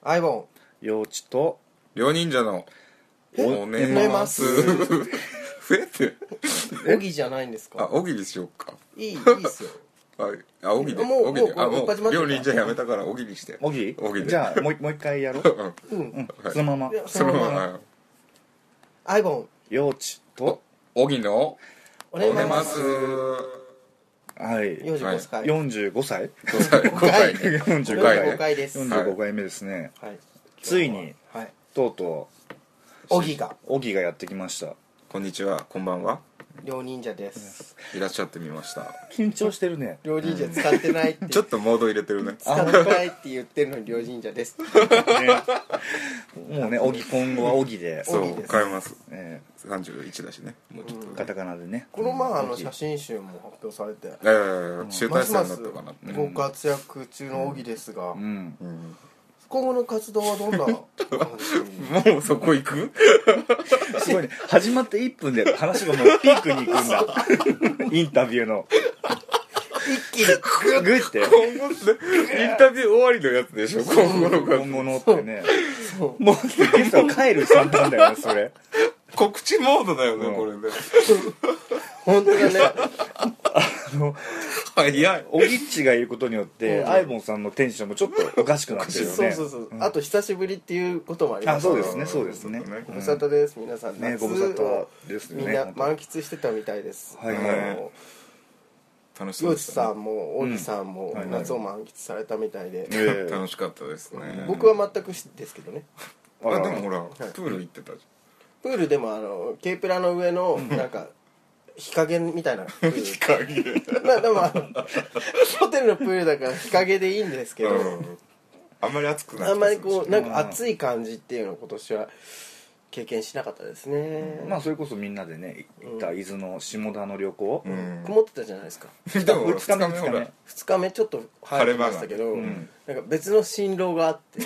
アイボ幼稚と両忍者のおねます増えてンオギじゃないんですか。 あ、オギにしようか。 いいっすよ。 あ、オギでもうオギでもう一発待って両忍者やめたからオギにしてオギオギでじゃあもう一回やろうはいそのままいやそのままアイボン幼稚とオギのおねおねまますすはい 45回、 45歳 5回ね 45 5回 45 ね回です。 45回目ですねはい、 ついにはい、 とうとオギがうオギがやってきましたこんにちは、こんばんは。 両忍者です。 いらっしゃってみました。 緊張してるね両忍者使ってないって、 ちょっとモード入れてるね。 使ってないって言ってるのに両忍者です。 ねもうねオギ今後はオギでそうオギです変えます。 え 31だしね、もうちょっとカタカナでねこの前オギ写真集も発表されて、 集大成になったかなってね。 ご活躍中のオギですが、 うんうん今後の活動はどんな感じ？ もうそこ行く？ すごいね始まって1分で話がもうピークに行くんだインタビューの一気にグッて今後ってインタビュー終わりのやつでしょ、今後の今後のってねそうもうゲストは帰る算段だよねそれ告知モードだよね、 うんこれで。 本当だね。 早い。 オギッチがいることによってアイボンさんのテンションもちょっとおかしくなってるよねそう、あと久しぶりっていうこともありますあそうですねそうですねご無沙汰です、皆さん。 ねご無沙汰ですよねみんな満喫してたみたいです。 はいはい楽しそうヨウチでしたね。 さんもオギさんもはいはい夏を満喫されたみたいで、 ええ楽しかったですね。 僕は全くですけどね。 あ、 あらでもほら、プール行ってたじプールでもKプラの上のなんか日陰みたいなプールゃん。影。 でもホテルのプールだから日陰でいいんですけど、 あんまり暑くない。 あんまりこうなんか暑い感じっていうのを今年は経験しなかったですね。 まあそれこそみんなでね行った伊豆の下田の旅行うん。 曇ってたじゃないですか。 でも 2日目二ほら 2日目ちょっと晴れてましたけど、 晴れ間がなんか別の新郎があって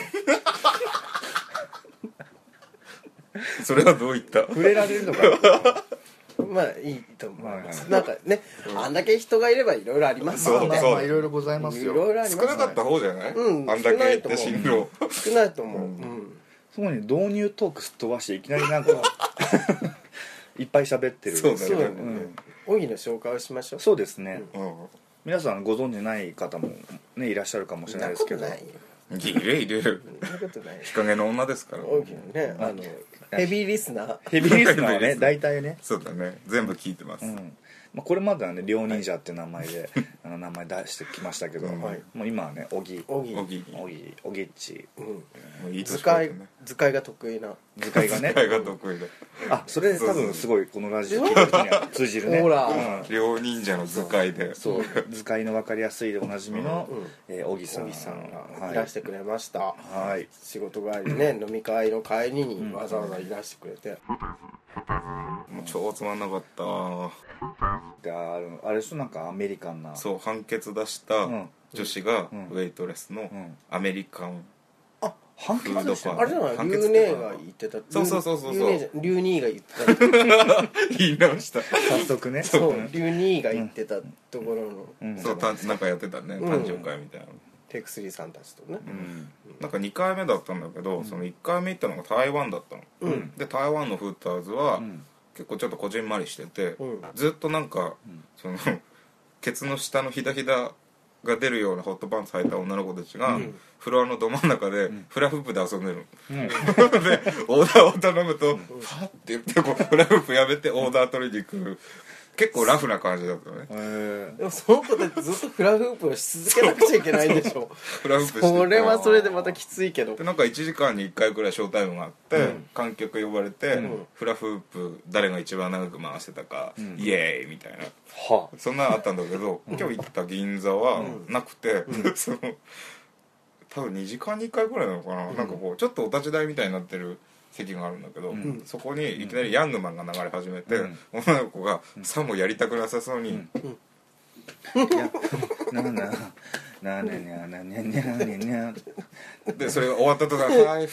それはどういった？ 触れられるのかまあいいと思います、 はいなんかね、あんだけ人がいればいろいろありますよね。 そうまあいろいろございますいよろいろあります少なかった方じゃない？ うんあんだけ言って進路。 少ないと思う、 そこに導入トークすっ飛ばしていきなりなんかいっぱい喋ってるそうだそうだね、 んオギの紹介をしましょう。 そうですねうん。 皆さんご存知ない方もねいらっしゃるかもしれないですけどそんなことないよ。 入れ入れる。 そんなことないよ。 日陰の女ですから。 オギのね、ヘビーリスナー。 ヘビーリスナーはね大体ねそうだね。全部聞いてます。 まあこれまではね両忍者っていう名前で名前出してきましたけどもはいう今はねオギオギ、 オギ。 オギッチもういい図年だ解よね。 図解が得意な。 図解がね図解が得意だ。 あそれ多分すごいこのラジオ聞いてる人には通じるねほらうん両忍者の図解で。 そう図解の分かりやすいでおなじみのオギさんオギさんがはいいらしてくれました。 はい仕事帰りね、飲み会の帰りにわざわざいらしてくれて、 もう超つまんなかった。 であれでしょなんかアメリカンなそう、判決出した女子がウェイトレスのアメリカンあ判フード決パーあれじゃない、 判リュウネ決っていうかーが言ってた。 そうそうそうそうリュウネーじゃリュウニーが言ってた。 言い直した。 早速ねそう、リュウニーが言ってたところのそう、なんかやってたね、誕生会みたいな。 テクスリーさんたちとね。 なんか2回目だったんだけど、その1回目行ったのが台湾だったの、で台湾のフーターズは結構ちょっとこじんまりしてて、ずっとなんか、そのケツの下のひだひだが出るようなホットパンツ履いた女の子たちが、フロアのど真ん中でフラフープで遊んでるの、でオーダーを頼むと、ファッて言ってこうフラフープやめてオーダー取りに行く、結構ラフな感じだったのね。 でもその子でずっとフラフープをし続けなくちゃいけないんでしょ。 フラフープしてそれはそれでまたきついけどで。なんか1時間に1回くらいショータイムがあって、観客呼ばれて、フラフープ誰が一番長く回してたか、イエーイみたいな、 はそんなのあったんだけど、今日行った銀座はなくて、その多分2時間に1回くらいなのかな、なんかこうちょっとお立ち台みたいになってる席があるんだけど、そこにいきなりヤングマンが流れ始めて、女の子がさもやりたくなさそうに、でそれが終わったとたら「はい」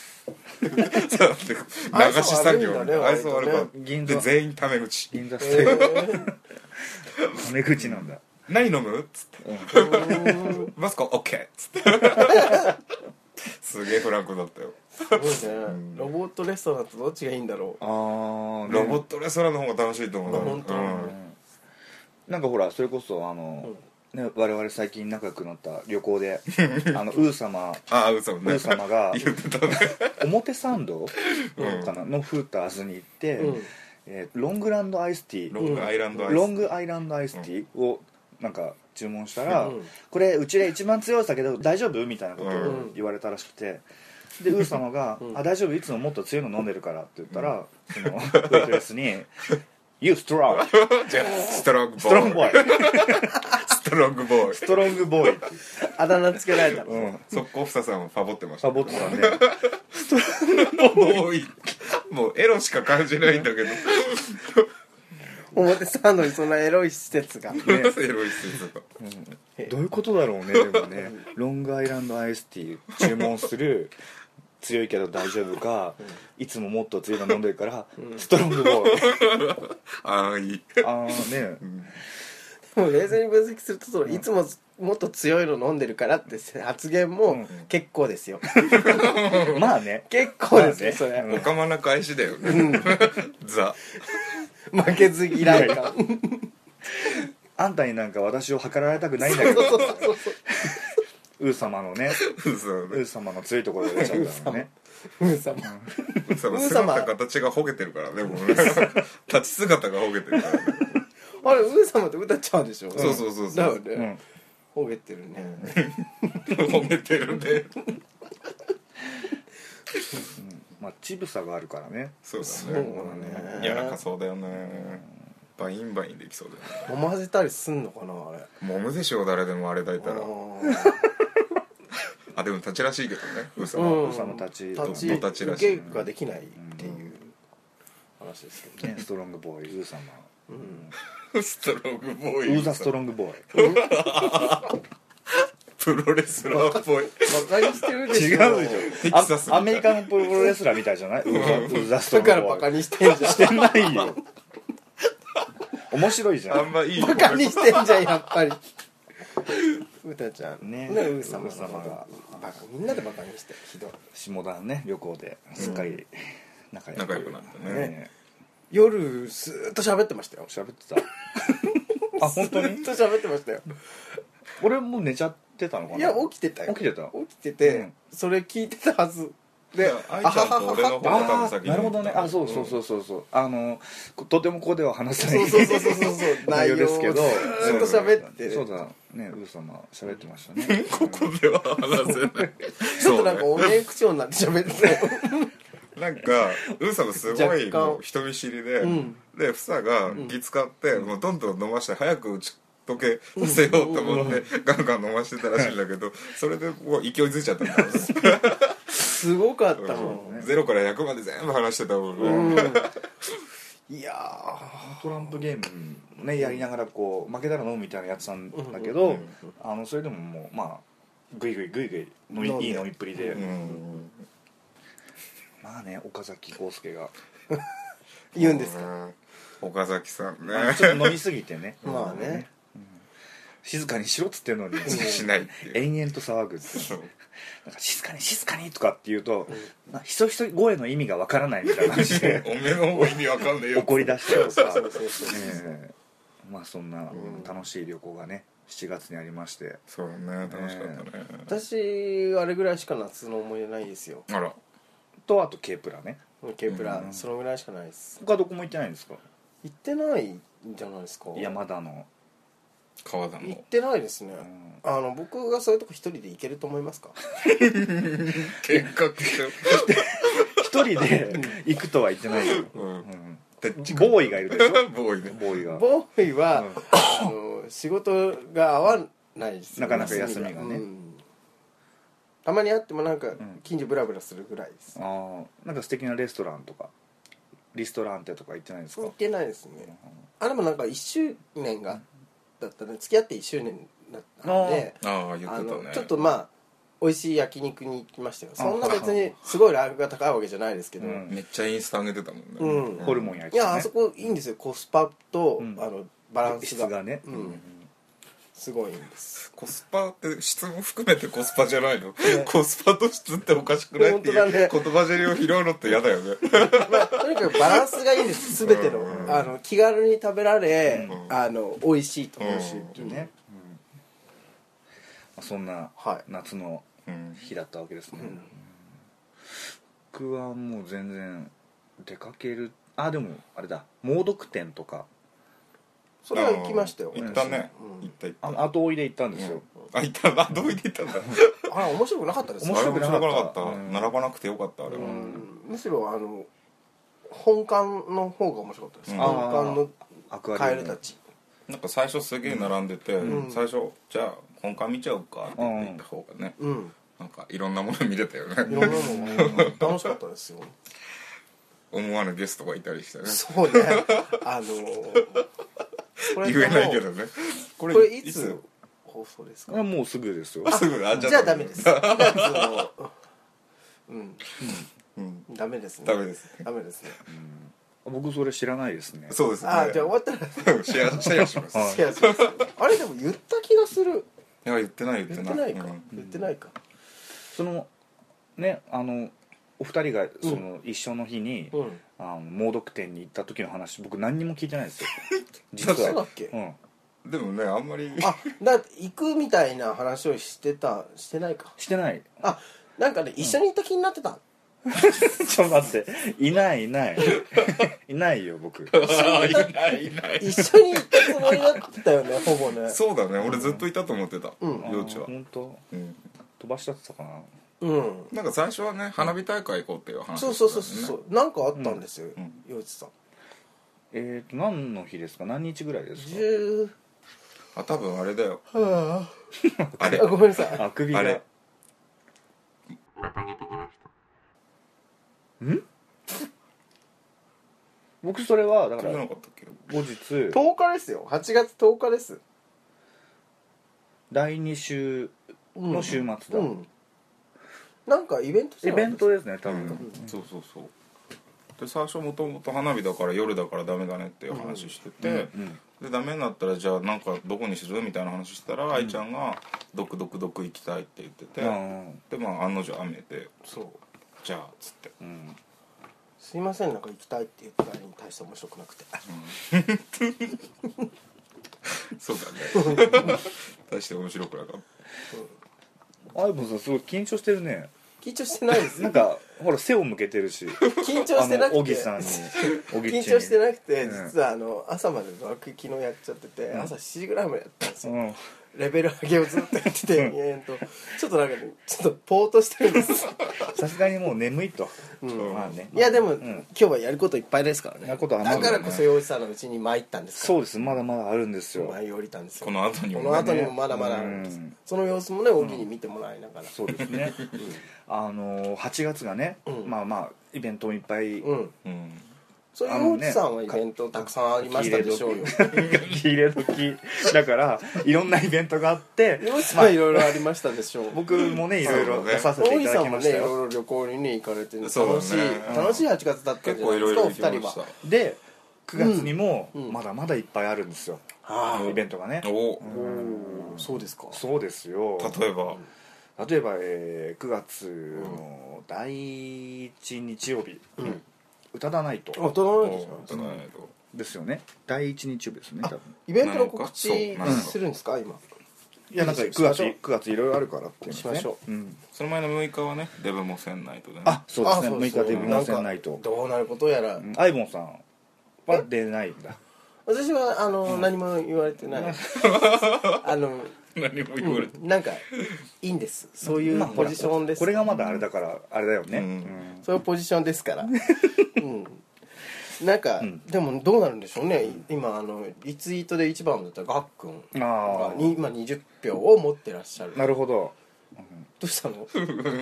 流し作業で愛想悪かった。で全員タメ口。 銀座スタイルタメ口なんだ何飲むっつって、マスコ OK っつってすげえフランクだったよ。 すごいね、ロボットレストランとどっちがいいんだろう。 ああ、 ロボットレストランの方が楽しいと思うな。 本当なんかほらそれこそね、我々最近仲良くなった旅行でウー様ああ嘘ね。 ウー様が言ってたね。 表参道かなのフーターズに行って、ロングランドアイスティーロングアイランドアイス。 ロングアイランドアイスティーをなんか注文したら、これうちで一番強い酒だけど大丈夫みたいなことを言われたらしくて、でウー様があ大丈夫いつももっと強いの飲んでるからって言ったら、そのウェイトレスにYou strong じゃあストロングボストロングボーイストロングボーイ。 ストロングボーイってあだ名つけられたの、 速攻ふささんもファボってました。 サボってたんでボーイ。もうエロしか感じないんだけど。 表参道にそんなエロい施設が、 エロい施設が。 どういうことだろうね。でもねロングアイランドアイスティー注文する強いけど大丈夫か、いつももっと強いの飲んでるから、ストロングボーイああいい。 ああね、 もう冷静に分析するとその、いつももっと強いの飲んでるからって発言も結構ですよ、 まあね結構ですよ、 まあねそれ、 おかまな返しだよね。ザ。 負けず嫌い感あんたになんか私を計られたくないんだけどウー様のね嘘ウー様の強いところが出ちゃったのねウー様姿形がほげてるからね。もうね立ち姿がほげてるからね。 あれウー様って歌っちゃうんでしょ、 そうそうそうそうだよね、ほげてるね、 ほげてるね。 まあ乳房があるからねそうそうだだねね。柔らかそうだよね。バインバインできそうだよね。 揉ませたりすんのかなあれ。 揉むでしょう誰でもあれ抱いたら。あでも立ちらしいけどね。ウサうんウサの立ち立ちらしい受けができないっていう話ですけどね、 ストロングボーイウー様ストロングボーイ。 ウーザストロングボーイプロレスラーっぽい。 バカにしてるでしょ。 違うでしテキサスみたいょアメリカのプロレスラーみたいじゃないウーザストロだングボーイからバカにしてんじゃん。 してないよ面白いじゃんあんまいい。 バカにしてんじゃんやっぱり。うたちゃんねウー様ウー様がバカみんなでバカにしてひどい。 下田ね旅行ですっかり仲良く仲良くなったね。 ね夜ずーっと喋ってましたよ。 喋ってたあ本当にずっと喋ってましたよ。 俺もう寝ちゃってたのかないや起きてたよ。 起きてた起きてて、 うんそれ聞いてたはずで、 愛ちゃんと俺の方が多分先に。 なるほどねあそうそうそうそうそうとてもここでは話せないそう内容ですけどずーっと喋ってそうだねウー様喋ってましたねここでは話せない。 ちょっとなんかおねえ口調になって喋ってたよ。 なんかウーサもすごい若干もう人見知りで、 うんでフサが気使って、もうどんどん飲まして早く打ち解けさせようと思って、ガンガン飲ましてたらしいんだけど、それでこう勢いづいちゃったんだよね。 すごかったもん。 0から100まで全部話してたもんね。 いやートランプゲームねやりながらこう負けたら飲むみたいなやつなんだけどそれでももうまあグイグイいい飲みっぷりで、 うんまあね岡崎康介が言うんですか。 岡崎さんね。 ちょっと飲みすぎてねまあね、 静かにしろっつってんのにしないっていう。 延々と騒ぐってなんか静かにとかって言うと、ひそひそ声の意味がわからないみたいな話でおめえの方が意味わかんねえよ。 怒り出したりとかそうまあそんな楽しい旅行がね7月にありましてそうね、楽しかったね。 私あれぐらいしか夏の思い出ないですよ。 あら、 とあと K プラねケープラ、そのぐらいしかないです。 他どこも行ってないんですか行ってないんじゃないですか。 山田の川田の行ってないですね、僕がそういうとこ一人で行けると思いますか。 計画してる。 一人で行くとは言ってないよ、 ボボーイがいるでしょボーイね。 ボーイがボーイは、仕事が合わないですよ。 なかなか休みがねたまに会ってもなんか近所ブラブラするぐらいです。 なんか素敵なレストランとかリストランテとか行ってないですか行ってないですね。でもなんか1周年がだったね、付き合って1周年だったので、 ああ言ってたね。 ちょっとまあ美味しい焼肉に行きましたよ。そんな別にすごいランクが高いわけじゃないですけど、 めっちゃインスタ上げてたもんね。 ホルモン焼いてたねいやあそこいいんですよ。コスパと、バランスが質がね、 すごいんです。 コスパって質も含めてコスパじゃないの、コスパと質っておかしくないっていう言葉尻を拾うのって嫌だよねまあ、とにかくバランスがいいんです全ての、気軽に食べられ、美味しいと思うしっていうね、 そんな夏の日だったわけですね、僕はもう全然出かけるでもあれだ猛毒店とかそれは行きましたよ。 行ったね、行った後追いで行ったんですよ、 行った後追いで行ったんだ面白くなかったです面白くなかった、並ばなくてよかったあれは、 むしろ本館の方が面白かったです、本館のカエルたちなんか最初すげえ並んでて、最初じゃあ本館見ちゃうかって言った方がね、なんかいろんなもの見れたよねいろんなもの楽しかったですよ思わぬゲストがいたりしてねそうね言えないけどねこれいつ放送ですか？ もうすぐですよ。 すぐじゃあダメです9月のダメですねダメですねダメですね僕それ知らないですね。 そうですね。 じゃあ終わったらシェアしますシェアしますあれでも言った気がする。 いや言ってない言ってないか、言ってないか。 そのねお二人がその一緒の日に猛毒店に行った時の話僕何にも聞いてないですよ実は。そうだっけ？ でもねあんまりだって行くみたいな話をしてないか。 してない。 なんかね一緒に行った気になってた。 ちょっと待っていないいないよ僕。 いない一緒に行ったつもりだったよねほぼね。 そうだね俺ずっといたと思ってた幼稚は。 本当。飛ばしちゃってたかな。 なんか最初はね花火大会行こうっていう話だったそうなんかあったんですよ幼稚さん。 何の日ですか？何日ぐらいですか？ 多分あれだよあれごめんなさい。 あくびが僕それはだから後日 10日ですよ。8月10日です。 第2週の週末だ。 なんかイベントですね多分。 そうで最初もともと花火だから夜だからダメだねっていう話してて、でダメになったらじゃあなんかどこにするみたいな話したら愛ちゃんがどく行きたいって言ってて、で案の定雨でじゃあっつって、 すいませんなんか行きたいって言ったらに対して面白くなくてそうだね大して面白くなかった。 アイボンさんすごい緊張してるね。 緊張してないですなんかほら背を向けてるし緊張してなくて小木さんに緊張してなくて実は朝までドラッグ昨日やっちゃってて朝7時ぐらいまでやったんですよ。レベル上げをずっとやっててちょっとなんかねちょっとポーとしてるんですさすがにもう眠いと。 いやでも今日はやることいっぱいですからね。だからこそ洋一さんのうちに参ったんですから。 そうですまだまだあるんですよ。 舞い降りたんですよ。 この後にもまだまだあるんです。その様子もね小木に見てもらいながら。 そうですね8月がねまあイベントもいっぱいそういう洋一さんはイベントたくさんありましたでしょうよ。 入れ時だからいろんなイベントがあって洋一さんはいろいろありましたでしょう。 僕もねいろいろ出させていただきましたよ。 いろいろ旅行にね行かれて楽しい8月だったんじゃないですかお二人は。 で9月にもまだまだいっぱいあるんですよイベントがね。 そうですか。 そうですよ。 例えば 9月の第1日曜日宇多田ナイトですよね。第1日曜日ですね多分。 イベントの告知するんですか今。 いやなんか9月いろいろあるからってしましょう。 その前の6日はねデブモセンナイトでね。 そうですね6日デブモセンナイト。 どうなることやら。 アイボンさんは出ないんだ。 私は何も言われてない何も言われてなんかいいんです。そういうポジションです。 これがまだあれだからあれだよね。 そういうポジションですからなんかでもどうなるんでしょうね。今リツイートで一番だったガックンが今20票を持ってらっしゃる。 なるほど。 どうしたの？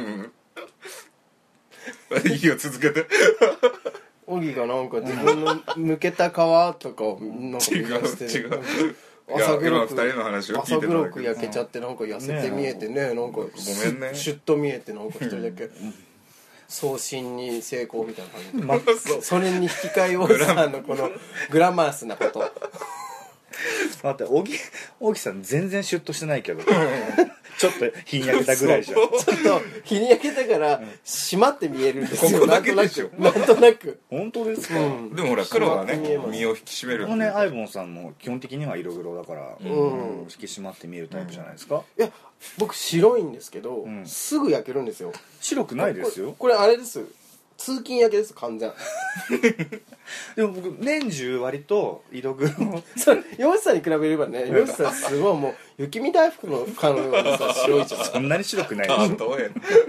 いいよ続けて。 オギがなんか自分の抜けた皮とかをなんか違う朝黒く焼けちゃってなんか痩せて見えてねなんかごめんねシュッと見えてなんか一人だけ送信に成功みたいな感じでそれに引き換えをさこのグラマースなこと待って、小木さん全然シュッとしてないけどちょっと日に焼けたぐらいじゃん。 ちょっと日に焼けたから締まって見えるんですよ。 ここだけでしょ。 なんとなく。 本当ですか、 でもほら黒がね身を引き締める。 このねアイボンさんも基本的には色黒だから、引き締まって見えるタイプじゃないですか。 いや僕白いんですけど、すぐ焼けるんですよ。 白くないですよ。 これあれです。通勤焼けです完全。 でも僕年中割と色黒洋一さんに比べればね、洋一さんすごいもう雪見大福のかのようにさ白いじゃん。 そんなに白くないでしょ。 どうや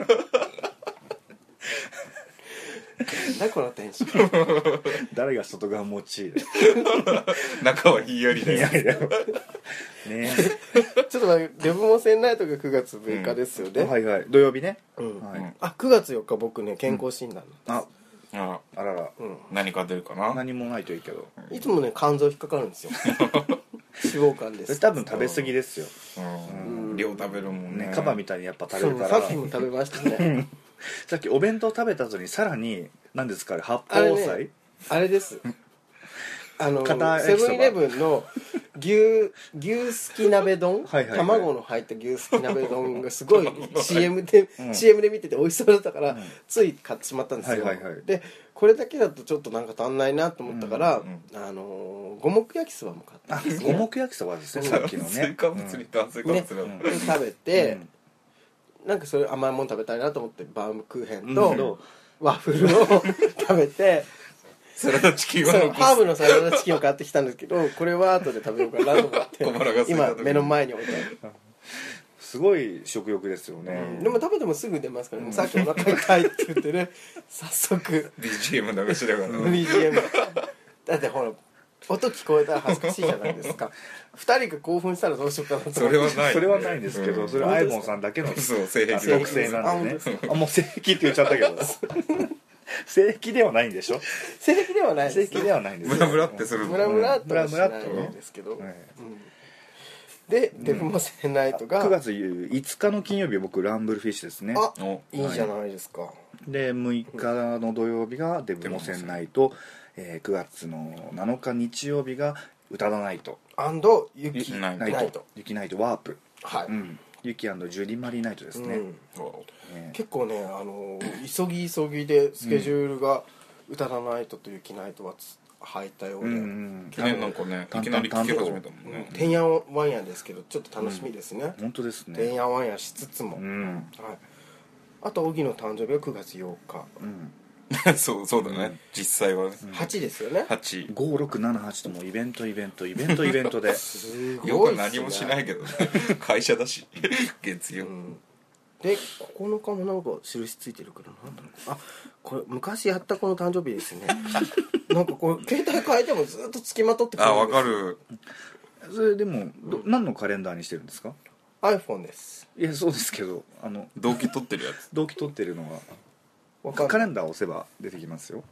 何このテンション。 誰が外側持ちいいで中はひんやりだよね。 ちょっと待って、デブモセンナイトが9月6日ですよね。 はいはい、土曜日ね。 はい、あ、9月4日僕ね健康診断あらら、 何か出るかな。 何もないといいけど、 いつもね肝臓引っかかるんですよ。脂肪肝です。 多分食べ過ぎですよ。 量食べるもんね。 カバみたいにやっぱ食べるから。 さっきも食べましたね。 さっきお弁当食べた後にさらに何ですか、八宝菜、 あれです。セブンイレブンの牛すき鍋丼、卵の入った牛すき鍋丼がすごい CM で見てて美味しそうだったから、つい買ってしまったんですよ。でこれだけだとちょっとなんか足んないなと思ったから、五目焼きそばも買ったんですね。 五目焼きそばですね、さっきのね。 炭水化物に炭水化物だ。 食べて、なんかそれ甘いもの食べたいなと思ってバウムクーヘンとワッフルを食べて、 サラダチキンはハーブのサラダチキンを買ってきたんですけど、これは後で食べようかなと思って今目の前に置いてある。 すごい食欲ですよね。 でも食べてもすぐ出ますからね。さっきお腹痛いって言ってね、早速 BGM 流しながら BGM だってほら音聞こえたら恥ずかしいじゃないですか。2人が興奮したらどうしようかなと思って。 それはないんですけど、それはアイボンさんだけの性癖特性なんでね。もう性癖って言っちゃったけど性癖ではないんでしょ。 性癖ではないです。 性癖ではないんです。 ムラムラってする。 ムラムラっとはしないんですけど。でデブモセンナイトが 9月5日の金曜日は僕ランブルフィッシュですね。 あ、いいじゃないですか。 で6日の土曜日がデブモセンナイト、9月の7日日曜日が宇多田ナイト &雪ナイト、 雪ナイトワープ、 はい、 ユキジュディマリーナイトですね。 結構ね急ぎでスケジュールが宇多田ナイトと雪ナイトは入ったようで、 なんかねいきなり聴き始めたもんね。 てんやわんやですけどちょっと楽しみですね。 本当ですね。 てんやわんやしつつも、あと荻の誕生日は9月8日。 そうだね。実際は 8ですよね。 8、 5678ともイベントでよく何もしないけどね。会社だし月曜。 で9日もなんか印ついてるからなんだろう。あ、これ昔やった子の誕生日ですね。なんかこれ携帯変えてもずっと付きまとってくるんです。 あ、わかる。 それでも何のカレンダーにしてるんですか？ iPhone です。 いやそうですけど同期取ってるやつ。 同期取ってるのがカレンダーを押せば出てきますよ。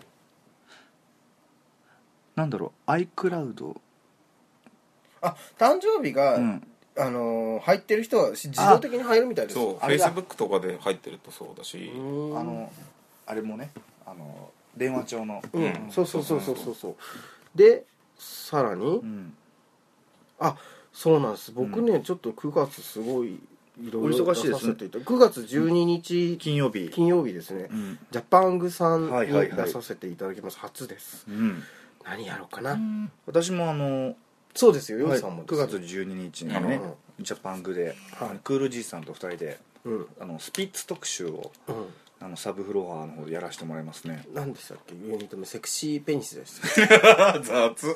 なんだろう iCloud。 あ、誕生日が、入ってる人は自動的に入るみたいです。 そう、Facebook とかで入ってるとそうだし、 あれもね電話帳の、 そうでさらに、あ、そうなんです。僕ね、ちょっと9月すごいいろいろ忙しいですね。 9月12日金曜日ですね、ジャパングさんに出させていただきます。初です。何やろうかな。 私もそうですよ、ヨウさんも 9月12日にねジャパングでクールじいさんと2人でスピッツ特集をサブフロアの方でやらせてもらいますね。 何でしたっけ？ユニット名セクシーペニスです。 雑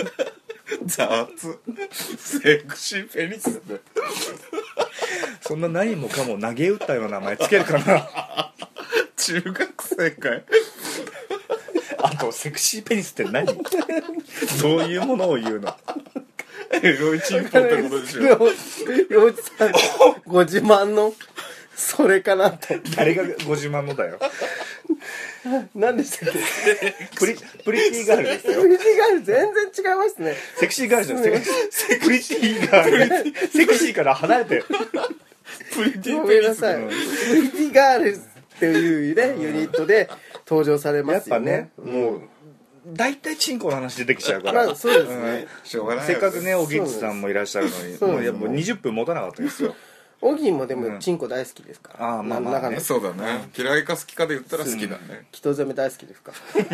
セクシーペニスそんな何もかも投げ打ったような名前つけるかな。 中学生かい。 あとセクシーペニスって何？どういうものを言うの？ エロいチンポってことでしょ。 洋一さんご自慢のそれかなって。 誰がご自慢のだよ。 何でしたっけ？ プリティガールですよ。 プリティガール全然違いますね。 セクシーガールじゃないですか。プリティガール。セクシーから離れて。 プリティごめんなさい。プリティガールっていうねユニットで登場されますよね。 やっぱね、もう大体チンコの話出てきちゃうから、 そうですね、 しょうがない。 せっかくねおぎっちさんもいらっしゃるのに、もういやもう20分持たなかったですよ。 オギーもでもチンコ大好きですから、 ああまあまあね、 そうだね、嫌いか好きかで言ったら好きだね。 人攻め大好きですから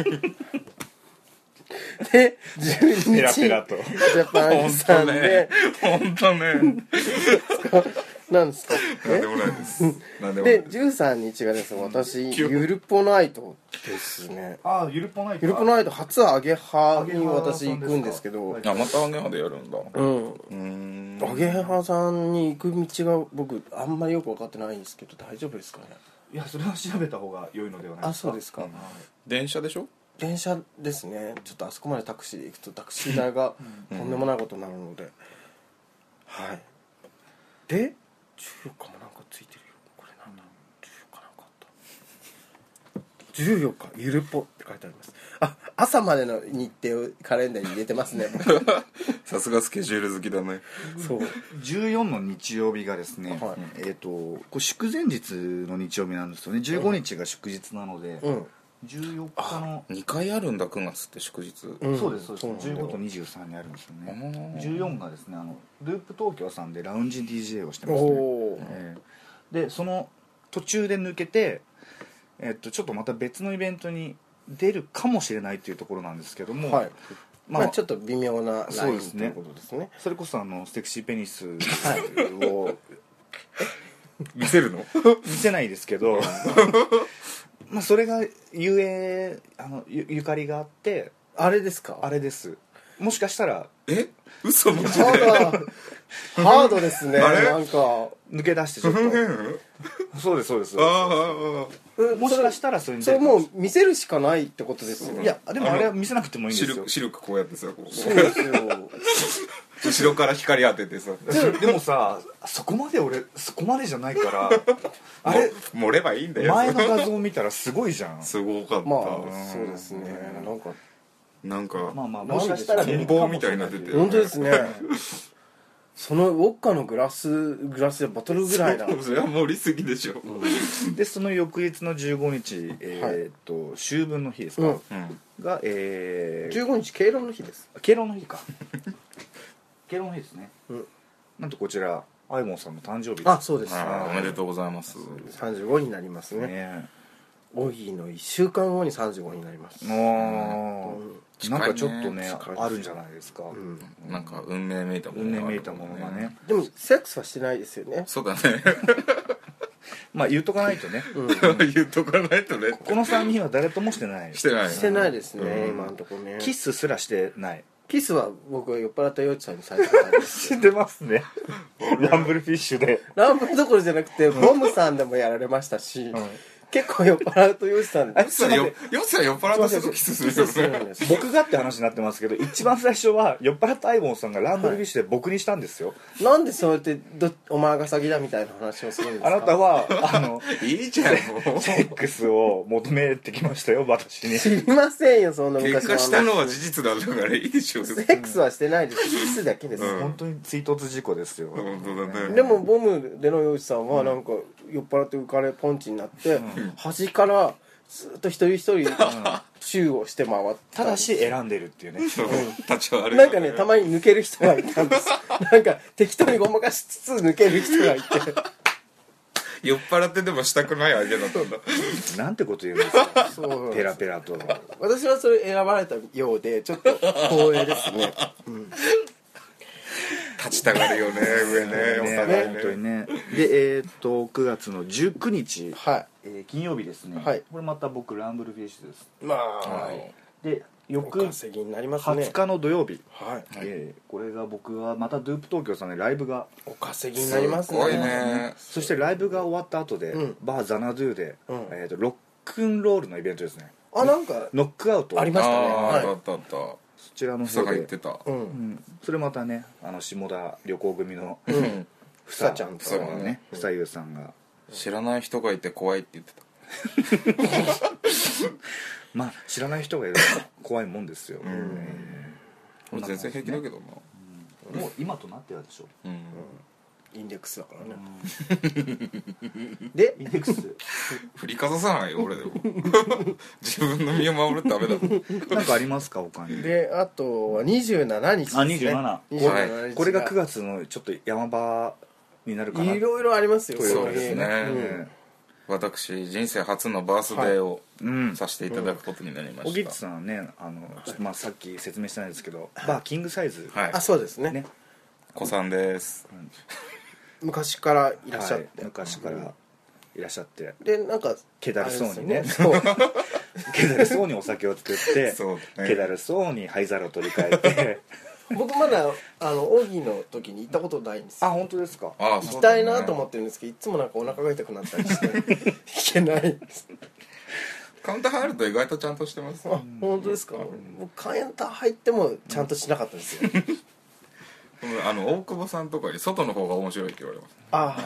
で12日ペラペラとジャパンさんで本当ねなんですかなんでもないです。なんでもないでです。 13日がですね、私ゆるぽナイトですね。 ああゆるぽナイト、 ゆるぽナイト初アゲハに私行くんですけど、 あ、またアゲハでやるんだ。 アゲハさんに行く道が僕あんまりよく分かってないんですけど、大丈夫ですかね。 いやそれは調べた方が良いのではないあ、 ですか。 そうですか、 電車でしょ。 電車ですね。ちょっとあそこまでタクシーで行くとタクシー代がとんでもないことになるので、はいで14日もなんかついてるよ。これなんだ、14日なんかあった14日ゆるぽって書いてあります。あ、朝までの日程をカレンダーに入れてますねさすがスケジュール好きだね。 そう 14の日曜日がですね、 はいこれ祝前日の日曜日なんですよね。15日が祝日なので、14日の 2回あるんだ、9月って祝日。 そうですそうです、 そうなんだ 15と23にあるんですよね。 あー 14がですねループ東京さんでラウンジ DJ をしてますね。 おーでその途中で抜けて、ちょっとまた別のイベントに出るかもしれないというところなんですけども、 はい、 まあちょっと微妙なラそうですねインということですね。 それこそセクシーペニスはいを見せるの？ 見せないですけどまあそれがゆかりがあって、 あれですか。 あれです。もしかしたら嘘マジで？ ハードですね。 あれなんか抜け出してちょっとそうですそうです。もしかしたらそれにそれもう見せるしかないってことですよね。 いやでもあれは見せなくてもいいんですよ。 シルクこうやってさ、こうそうですよ後ろから光当ててさ、 でもさそこまでじゃないからあれ盛ればいいんだよ。 前の画像を見たらすごいじゃん。 すごかった。 まあそうですね。 なんかまあまあもしかしたら棍棒みたいになってて、 本当ですね。そのウォッカのグラスでボトルぐらいだ。 それは盛りすぎでしょ。 でその翌日の15日秋分の日ですか、が 15日敬老の日です。 敬老の日か敬老の日ですね。なんとこちらあいもんさんの誕生日です。 あ、そうです。 おめでとうございます。 35になりますね。オギーの1週間後に35になります。 なんかちょっとねあるんじゃないですか。 なんか運命めいたものがね。 でもセックスはしてないですよね。 そうだね。 まあ言っとかないとね。 言っとかないとね。 この3人は誰ともしてない。 してないですね、今のところね。 キスすらしてない。 キスは僕は酔っ払ったヨッチさんに最初から知ってますね。ランブルフィッシュで。 ランブルどころじゃなくてボムさんでもやられましたし、結構酔っ払うとヨッチさんヨッチさん酔っ払ったすぐキスするよね。 僕がって話になってますけど、一番最初は酔っ払ったアイボンさんがランブルフィッシュで僕にしたんですよ。 なんでそうやってお前が先だみたいな話をするんですか。 あなたはいいじゃん、もうセックスを求めてきましたよ、私に。 知りませんよ、そんな昔の。喧嘩したのは事実なんだからいいでしょ。 セックスはしてないです。キスだけです。 本当に追突事故ですよ。 本当だね。 でもボムでのヨッチさんはなんか酔っ払って浮かれポンチになって、端からずっと一人一人チューをして回って、 ただし選んでるっていうね。 立ち悪い。 なんかね、たまに抜ける人がいたんです。なんか適当にごまかしつつ抜ける人がいて、 酔っ払ってでもしたくない相手だったんだ。 なんてこと言うんですか。 そうペラペラと。 私はそれ選ばれたようでちょっと光栄ですね。 立ちたがるよね、上ね、お互い本当にね。で9月の19日、金曜日ですね。これまた僕ランブルフィッシュです。 まあ、 で翌20日の土曜日、これが僕はまたドゥープ東京さんでライブがお稼ぎになりますね。 すごいね。 そしてライブが終わった後でバーザナドゥでロックンロールのイベントですね。 あ、なんかノックアウトありましたね。 あった。 そちらの房方でが言ってた。 それまたね、下田旅行組の房ちゃんとね、房優さんが知らない人がいて怖いって言ってた。 まあ知らない人がいると怖いもんですよ。 俺全然平気だけどな。 もう今となってはでしょ。 インデックスだからねでインデックス振りかざさないよ俺でも自分の身を守るためだもん。 なんかありますか他に？ であとは27日ですね。 あ、27、 27日これが9月のちょっと山場になるかな。 いろいろありますよ。 そうですね、 うん私人生初のバースデーをうんさせていただくことになりました。 小木さんはねちょっとまあさっき説明してないですけど、バーキングサイズ、 はいあ、そうですね。 ね、 子さんです。 昔からいらっしゃって、 はい、昔からいらっしゃって、 でなんか気だるそうにねあれですよそう気だるそうにお酒を作ってそうね気だるそうに灰皿を取り替えて僕まだオギの時に行ったことないんですよ。 あ、本当ですか？ ああ、 行きたいなと思思ってるんですけど、いつもなんかお腹が痛くなったりして行けないです。 カウンター入ると意外とちゃんとしてます。 あ、本当ですか？僕カウンター入ってもちゃんとしなかったんですよ。 大久保さんとかに外の方が面白いって言われます。 あ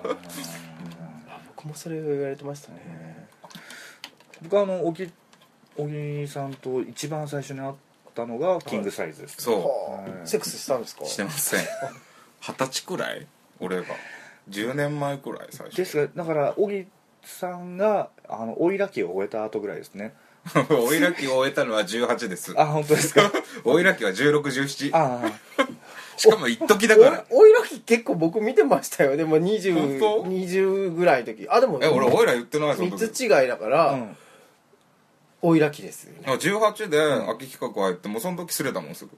僕もそれを言われてましたね。 僕は小木さんと一番最初に会ったのがキングサイズです、 そはあ、セックスしたんですか？ うしてません。20歳くらい俺が10年前くらい最初ですが、だから小木さんがおいら期を終えた後ぐらいですね。 おいら期を終えたのは18です。 あ、本当ですか？ おいら期は16、17。 あしかも一時だからおいらき結構僕見てましたよ。でも本当 20ぐらいの時。あ、でも俺おいら言ってないぞ 3つ違いだから、 あ、うん、 おいらきですよね。 18で秋企画入ってもうその時すれたもんすぐ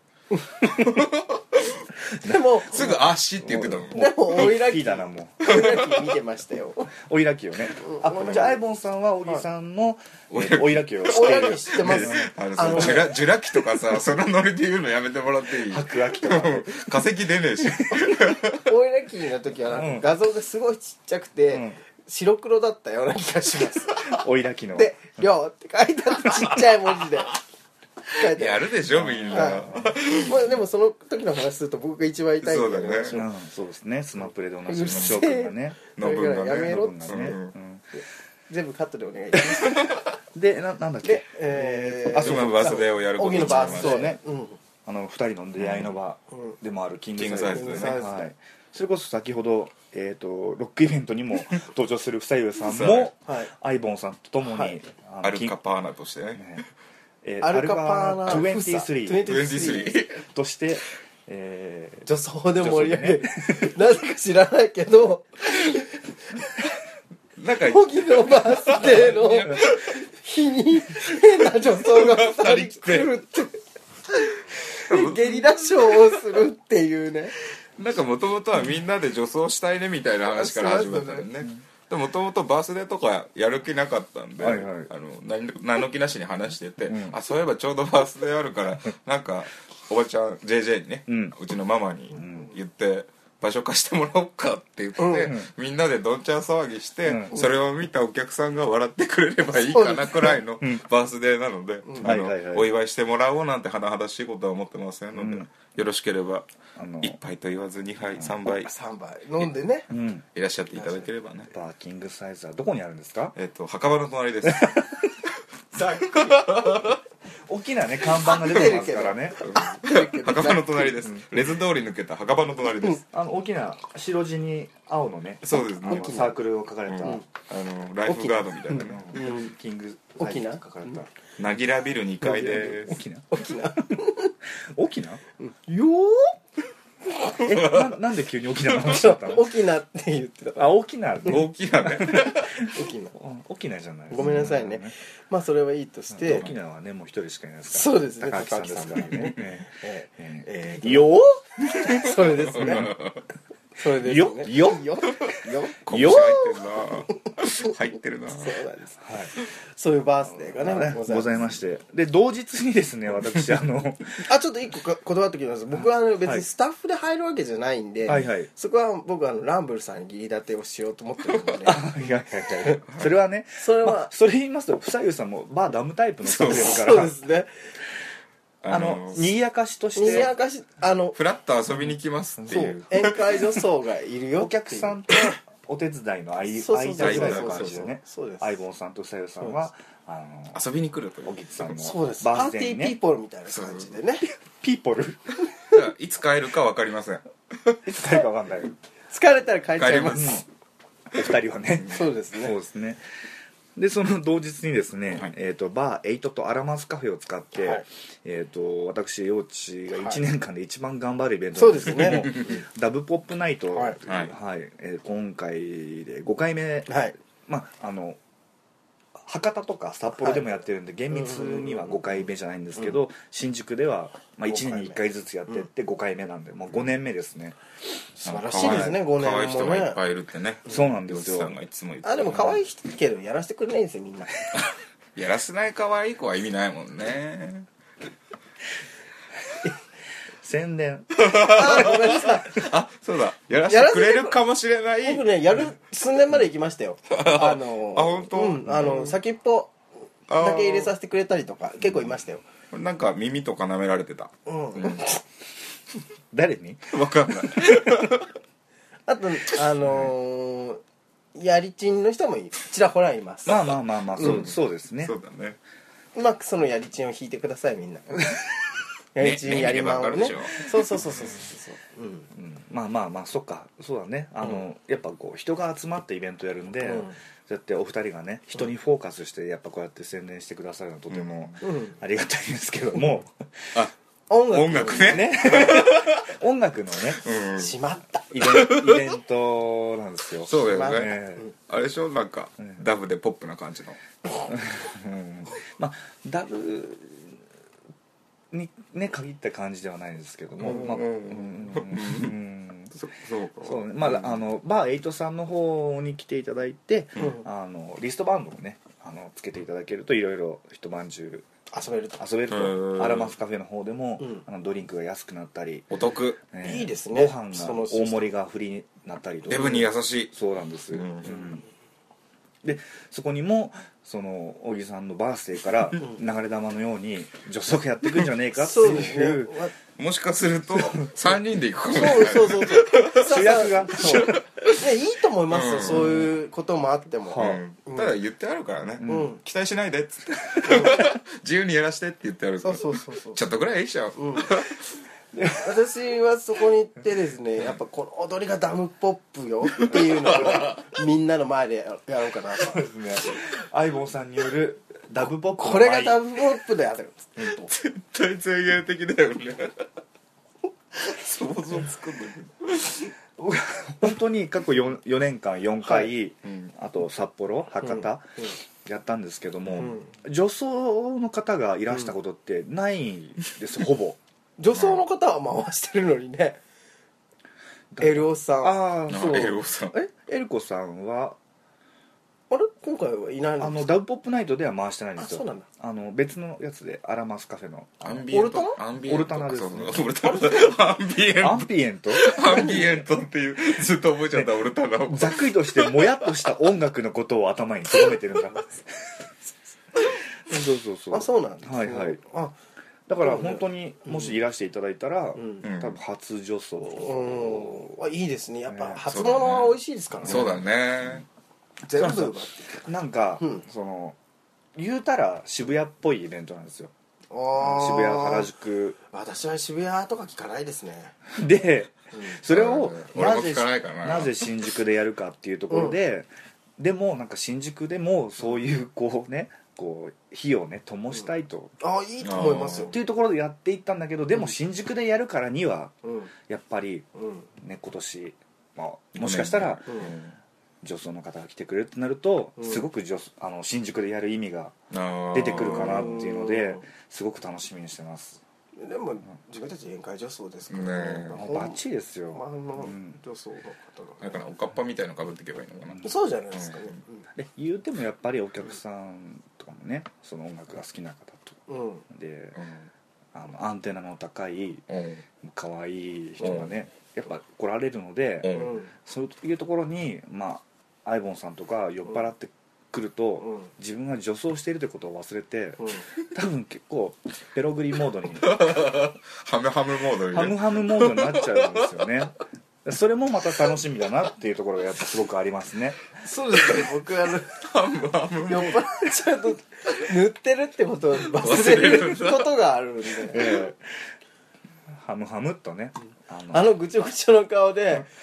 でもすぐあっしって言ってたもん。 でもおいらきいいだな、もうおいらき見てましたよ。 おいら期をね。あ、じゃあアイボンさんは小木さんのおいら期を知っおいらている。 き知ってます。 ジュラ紀とかさそのノリで言うのやめてもらっていい？ 白亜紀とか。 化石出ねえし。 おいらきの時はなんか画像がすごいちっちゃくて、 うん白黒だったような気がします。 おいら期の。 で「りょう」って書いてあってちっちゃい文字で書いてある。 やるでしょみんな。 はいまあでもその時の話すると僕が一番痛いんでやめましょう。 うん、そうですね。スマプレでおなじみの翔くんがね。 の分がねやめろっの分がね。 つってうん全部カットでお願いします。 で、なんだっけ。 で、 あそう今バースデーをやること荻にのバースデーそうねうん 2人の出会いの場でもあるキングサイズキングサイズでねはい。それこそ先ほどロックイベントにも登場する房湯さんそうもはいアイボンさんと共はいにアルカパーナとしてね。 アルカパーナ 23 23。 として女装で盛り上げる、なぜか知らないけどなんか荻のバースデーの日に変な女装が2人来るってゲリラショーをするっていうね。 なんかもともとはみんなで女装したいねみたいな話から始まったよね。でもともとバースデーとかやる気なかったんで、 はいはい何の気なしに話してて、 うんあそういえばちょうどバースデーあるからなんかおばちゃん JJ にね、うちのママに言って場所貸してもらおうかって言って、みんなでどんちゃん騒ぎして、それを見たお客さんが笑ってくれればいいかなくらいのバースデーなので、 はいはいはいお祝いしてもらおうなんて甚だしいことは思ってませんので、よろしければ1杯と言わず2杯3杯 3杯飲んでね、 うんいらっしゃっていただければね。 バーキングサイズはどこにあるんですか？ 墓場の隣です。 大きなね看板が出てますからね。 墓場の隣です。レズ通り抜けた墓場の隣です。 大きな白地に青のねそうですね。 サークルを書かれたライフガードみたいなね。 キング大きなサイズ書かれたなぎらビル2階です。 大きな大きな大きなよなんで急に大きなの話だったの？ 大きなって言ってたからあ、大きな大きなね。 大きな大きなじゃない。 ごめんなさいね。まあそれはいいとして大きなはねもう一人しかいないですから。 そうですね高木さんですからね。 よそれですねそれですねよよ拳よ入ってるな。 そうなんですはい。 そういうバースデーがねございまして、で同日にですね私あちょっと一個断っておきます。僕は別にスタッフで入るわけじゃないんで、 はいはいそこは僕ランブルさんに義理立てをしようと思ってるので、 いやいやいやそれはねそれは、 まあそれ言いますと房湯さんもバーダムタイプのスタッフですから、 そうですね。 賑やかしとしにぎてやかしフラッと遊びに来ますってそいうう。 宴会女装がいるよお客さんとお手伝いの間そうそうそうぐらいの感じでねそうです相棒さんと房湯さんは遊びに来ると。 小木さんのそうです。パバーーティーピースデーにねポールみたいな感じでね。 ピーポルいつ帰るか分かりません。 いつ帰るか分かんない疲れたら帰っちゃいます。 お二人はね。 そうですね。 そうですね。でその同日にですね、 はい、 バー8とアラマスカフェを使って、はい、私陽地が1年間で一番頑張るイベントなんですけども、はい、そうですね、ダブポップナイト、はい今回で5回目、はい、博多とか札幌でもやってるんで、厳密には5回目じゃないんですけど、新宿では1年に1回ずつやってって5回目なんで、もう5年目ですね。 素晴らしいですね、5年もね。 可愛い人がいっぱいいるってね。 そうなんですよ。 でも可愛い人けどやらせてくれないんですよみんな。 やらせない可愛い子は意味ないもんね。 宣伝。 ごめんなさい。 そうだ、やらせてくれるかもしれない。 僕ね、やる数年まで行きましたよ。 本当？ 先っぽだけ入れさせてくれたりとか結構いましたよ。 なんか耳とか舐められてた。 誰に？ わかんない。 あとやりちんの人もちらほらいます。 まあそうですね。 そうだね。 うまくそのやりちんを引いてくださいみんな。やりちんやりまんをね。そう。 まあそっか、そうだね。やっぱこう人が集まってイベントやるんで、そうやってお二人がね人にフォーカスしてやっぱこうやって宣伝してくださるのはとてもありがたいんですけども、 音楽ね。 音楽のね、 しまったイベントなんですよ。 そうだよね。あれでしょ、なんかダブでポップな感じの。 まあダブにね限った感じではないんですけども、そうね。バー8さんの方に来ていただいて、リストバンドをねつけていただけるといろいろ一晩中遊べると。アラマスカフェの方でもドリンクが安くなったり、 お得。 いいですね。 ご飯が大盛りがフリーになったりとか。 デブに優しい。 そうなんです。でそこにもその小木さんのバースデーから流れ弾のように女装がやってくんじゃねえかっていう、 もしかすると3人で行くかもしれない。 そう主役がいいと思いますよ、そういうこともあっても。 ただ言ってあるからね、期待しないでっつって自由にやらしてって言ってあるから、ちょっとぐらいいいっしょ。 私はそこに行ってですね、やっぱこの踊りがダムポップよっていうのをみんなの前でやろうかなと。 そうですね。相棒さんによるダブポップ、 これがダブポップだよ。 絶対前衛的だよね。想像つくんだけど。 本当に過去 4年間4回、あと札幌博多やったんですけども、女装の方がいらしたことってないんですほぼ。 女装の方は回してるのにね。エルオさん。 そう。エルオさん。 エルコさんはあれ今回はいないの？ ダブポップナイトでは回してないんですよ。 そうなんだ。 別のやつでアラマスカフェのオルタナですね。 アンビエントっていうずっと覚えちゃったオルタナを。 ざっくりとしてもやっとした音楽のことを頭に留めてるんだ。そう。 そうなんです。 はい。だから本当にもしいらしていただいたら、多分初女装。 いいですね。やっぱ初物は美味しいですからね。 そうだね。 全部なんかその言うたら渋谷っぽいイベントなんですよ。渋谷原宿。 私は渋谷とか聞かないですね。 でそれをなぜ新宿でやるかっていうところで、でもなんか新宿でもそういうこうねこう火をね灯したいと、 いいと思いますよっていうところでやっていったんだけど、でも新宿でやるからにはやっぱりね今年もしかしたら女装の方が来てくれるってなるとすごく新宿でやる意味が出てくるかなっていうのですごく楽しみにしてます。 でも自分たち宴会女装ですからね。 バッチリですよ。 女装の方がだからおかっぱみたいなの被っていけばいいのかな。 そうじゃないですかね。 言うてもやっぱりお客さんとかもねその音楽が好きな方とでアンテナの高い可愛い人がねやっぱ来られるので、そういうところにアイボンさんとか酔っ払ってくると、自分が女装しているということを忘れて、多分結構ペログリモードにハムハムモードになっちゃうんですよね。それもまた楽しみだなっていうところがやっぱすごくありますね。 そうですね。僕酔っ払っちゃうと塗ってるってことを忘れることがあるんで、 ハムハムっとねぐちょぐちょの顔で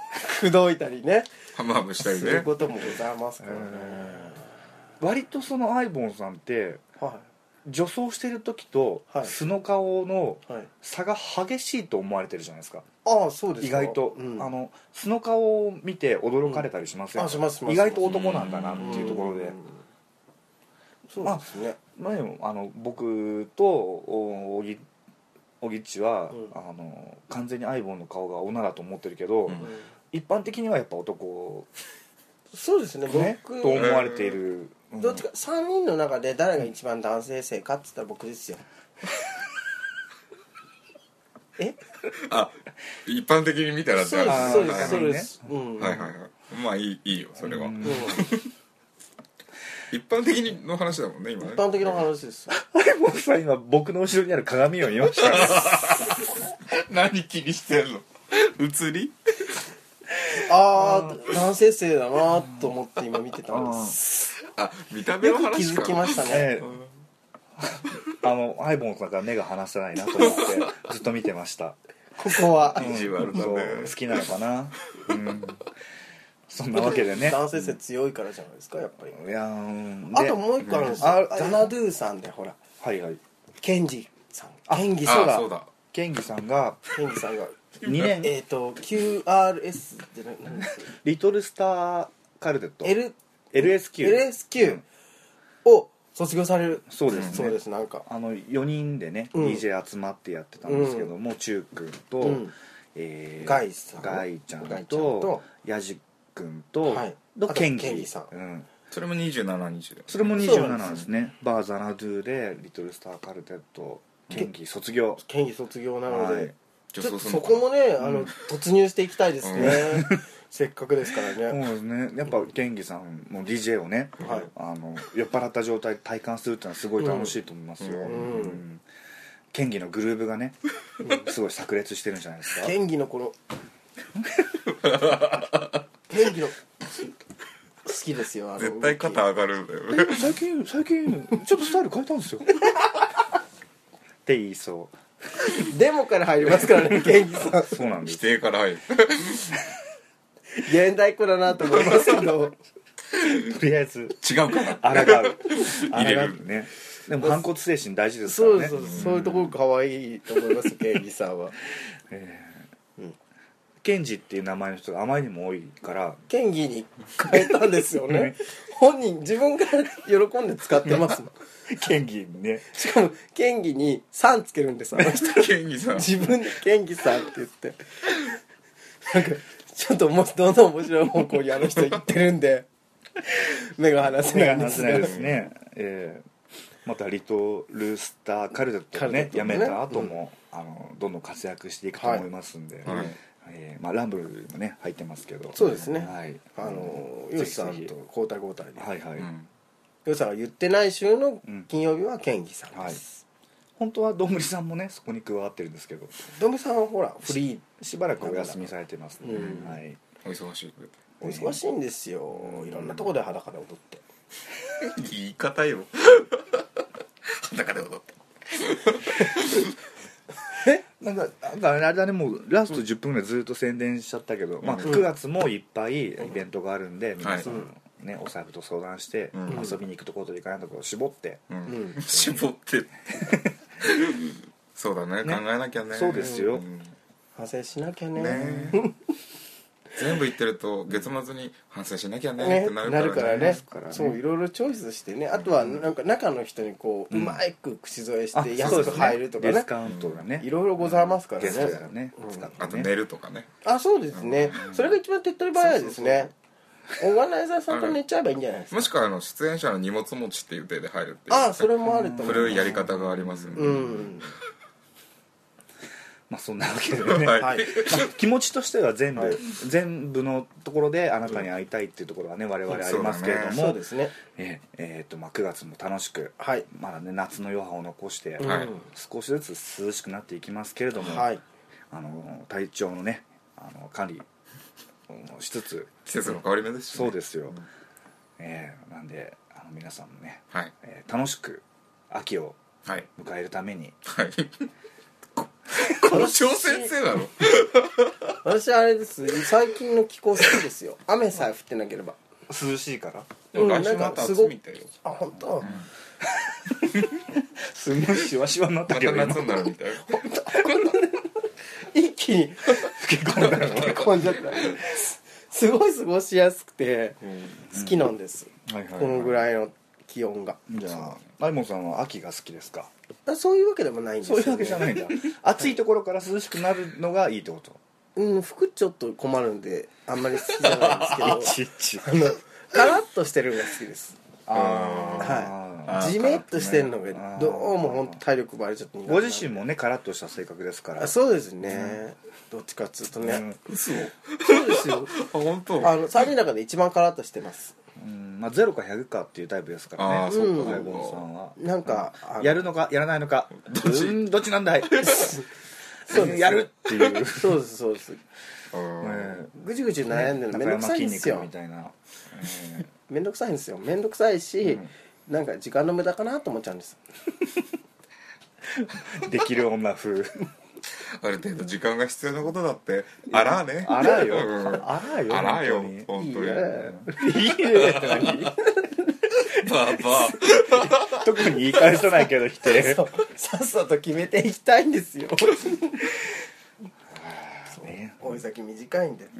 口説いたりねハムハムしたりそういうね。 こともございますからね、 割とそのアイボンさんっては女装してる時とはい素の顔のいはい差が激しいと思われてるじゃないですか。 ああそうですか意外と、 うん素の顔を見て驚かれたりしませんか、 あしますします意外と男なんだなっていうところで、 うんそうですね、 まあでも僕とおぎっちは、完全にアイボンの顔が女だと思ってるけど、一般的にはやっぱ男そうですねね僕と思われている、 どっちか3人の中で誰が一番男性性かって言ったら僕ですよえあ、一般的に見たらそうであーすそうですそうねです、うんはいはいはい。まあいいよそれは。 うん一般的にの話だもんね今ね。 一般的な話ですアイボンさん今僕の後ろにある鏡を見ましたね何気にしてんの？映り？ ああ男性性だなと思って今見てたんですあ、見た目よの話か。 く気づきましたね、 ええアイボンさんから目が離せないなと思ってずっと見てましたここは、 意地悪だそうね。 好きなのかな、そんなわけでね男性性強いからじゃないですかやっぱりいやーあともう一個あるんですよ、ザナドゥさんでほらはいはいケンジさんケンギあ、 がそうだ。 ケンギさんがケンギさんが 2年 QRS って何ですかリトルスターカルテット LSQ LSQ を卒業されるそうですねそうですなんか 4人でね、 うん DJ 集まってやってたんですけども、チュウ君と、 うんガイさんガイちゃんガイちゃんととヤジ君と、 はいとケンあとケンギさんそれも27日だよ。 それもそうなんです 27ですねバーザナドゥでリトルスターカルテットケンギ卒業ケンギ卒業なので、 はいちょっとそ女装するのかなこもね、突入していきたいですね、せっかくですからそうね、 ですねやっぱケンギさんも DJ をね、 はい酔っ払った状態で体感するっていうのはすごい楽しいと思いますよ、 うんケンギのグルーヴがねすごい炸裂してるんじゃないですかケンギのこのケンギの好きですよ絶対肩上がるんだよね。 最近ちょっとスタイル変えたんですよって言いそデモから入りますからねケンギさんうそうなんで否す定から入る。 現代っ子だなと思いますけどとりあえず違うかな。 抗う入れるねでも反骨精神大事ですかそうらねそういうところ可愛いと思いますケンギさんはケンジっていう名前の人があまりにも多いからケンギに変えたんですよね本人自分から喜んで使ってますもんケンギにねしかもケンギに「さん」つけるんですあの人ケンギさん。 自分でケンギさんって言ってなんかちょっともうどんどん面白い方向にあの人言ってるんで目が離せ目ないんですが離せないですねまたリトルスターカルテットをねカルテットねやめた後も、どんどん活躍していくと思いますんで、 はいランブルもね入ってますけどそうですねはいヨシさんぜひぜと交代交代でひはいはい、 うんヨシさんが言ってない週の金曜日はケンギさんはいです本当はどんぐりさんもねそこに加わってるんですけどドムさんはほらフリーしばらくお休みされてますね、 うんはいお忙しい。 お忙しいんですよいろんなとこで裸で踊って言い方よ。裸で踊って。 なんかあれだねもうラスト10分ぐらいずっと宣伝しちゃったけど、まあ、9月もいっぱいイベントがあるんで、皆さん、ね、お財布と相談して、遊びに行くところと行かないところを絞って、 絞ってそうだね、考えなきゃね。 そうですよ反省しなきゃねね全部言ってると月末に反省しなきゃねっねてななるるからね。 からねそういろいろチョイスしてねあとはなんか中の人にこううまく口添えして安く入るとかねディスカウントがね、 いろいろございますからゲストやねらね、使ってねあと寝るとかね。 あそうですねそれが一番手っ取り早いですねオーガナイザーさんと寝ちゃえばいいんじゃないですかもしくは出演者の荷物持ちっていう手で入るっていう。 あそれもあると思う古いやり方がありますんで。 うんまあそんなわけでね、 はいはい気持ちとしては全部、 はい全部のところであなたに会いたいっていうところはね我々ありますけれども、 そうですねまあ、9月も楽しく、 はいまだね夏の余波を残して、 はい少しずつ涼しくなっていきますけれども、 はい体調のね管理をしつつ季節の変わり目ですしね。 そうですよ、なんで皆さんもね、 はい楽しく秋をはい迎えるためにはい校長先生なの？ 私あれです、最近の気候好きですよ。雨さえ降ってなければ。 涼しいから。 でも来週また暑みたいよ。 あ、本当。 すごいシワシワになったけどまた夏になるみたい。 一気に吹き込んじゃった。すごい過ごしやすくて好きなんです、このぐらいの気温が。 じゃあアイモンさんは秋が好きですか？ そういうわけでもないんですよ、ね、 そういうわけじゃないんだ。暑いところから涼しくなるのがいいってこと？ 服ちょっと困るんであんまり好きじゃないんですけどカラッとしてるのが好きです。はい、ジメッとしてるのがどうも本当体力奪われちゃって。 ご自身もねカラッとした性格ですから。 そうですね、どっちかっつうとね。 嘘。 そうですよ。 本当。 3人の中で一番カラッとしてます。 まあ0か100かっていうタイプですからね。 そうか。 アイボンさんはなんかやるのかやらないのかどっちなんだい。 そうです、 やるっていう。 そうですそうです。ぐちぐち悩んでるのめんどくさいんですよ。 みたいな。 めんどくさいんですよ。めんどくさいし、なんか時間の無駄かなと思っちゃうんです。 できる女風。 ある程度時間が必要なことだってあらね。 あらよ。あらよ本当に。 いいねって何？ ババ特に言い返さないけど否定。 さっさと決めていきたいんですよ。追い先短いんで。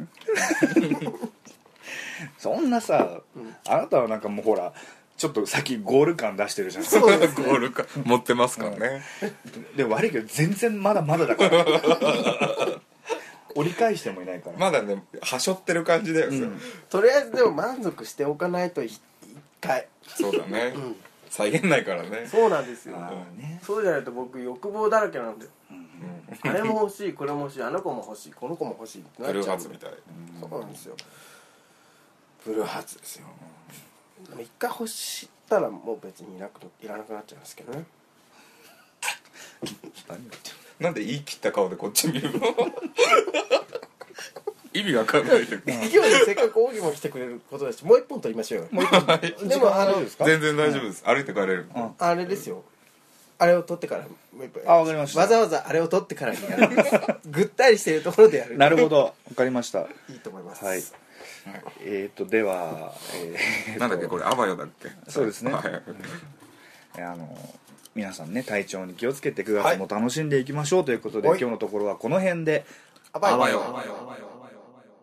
そんなさ、あなたはなんかもうほらちょっと先ゴール感出してるじゃん。 そうです、 ゴールか持ってますからね。 でも悪いけど全然まだまだだから。折り返してもいないから。 まだねはしょってる感じだよ。 とりあえずでも満足しておかないと一回。 そうだね。再現ないからね。 そうなんですよ。 ね、 そうじゃないと僕欲望だらけなんで。あれも欲しい、これも欲しい、あの子も欲しい、この子も欲しいってなっちゃう。 ブルーハーツみたい。 そうなんですよ。ブルーハーツですよ。でも一回欲したらもう別にいらなくなっちゃうんですけどね。 なんで言い切った顔でこっち見るの？意味わかんないけど。 今日でせっかく奥義も来てくれることだし、もう一本取りましょうよ。もう一本。でも全然大丈夫です。歩いて帰れる。 あれですよ。あれを取ってからもう一本。 あ、わかりました。 わざわざあれを取ってからにやるんです。ぐったりしてるところでやる。 なるほど、わかりました。 いいと思います。 はい。では、 なんだっけこれアバヨだっけ？ そうですね。皆さんね体調に気をつけて9月も楽しんでいきましょうということで、今日のところはこの辺で。 アバヨ。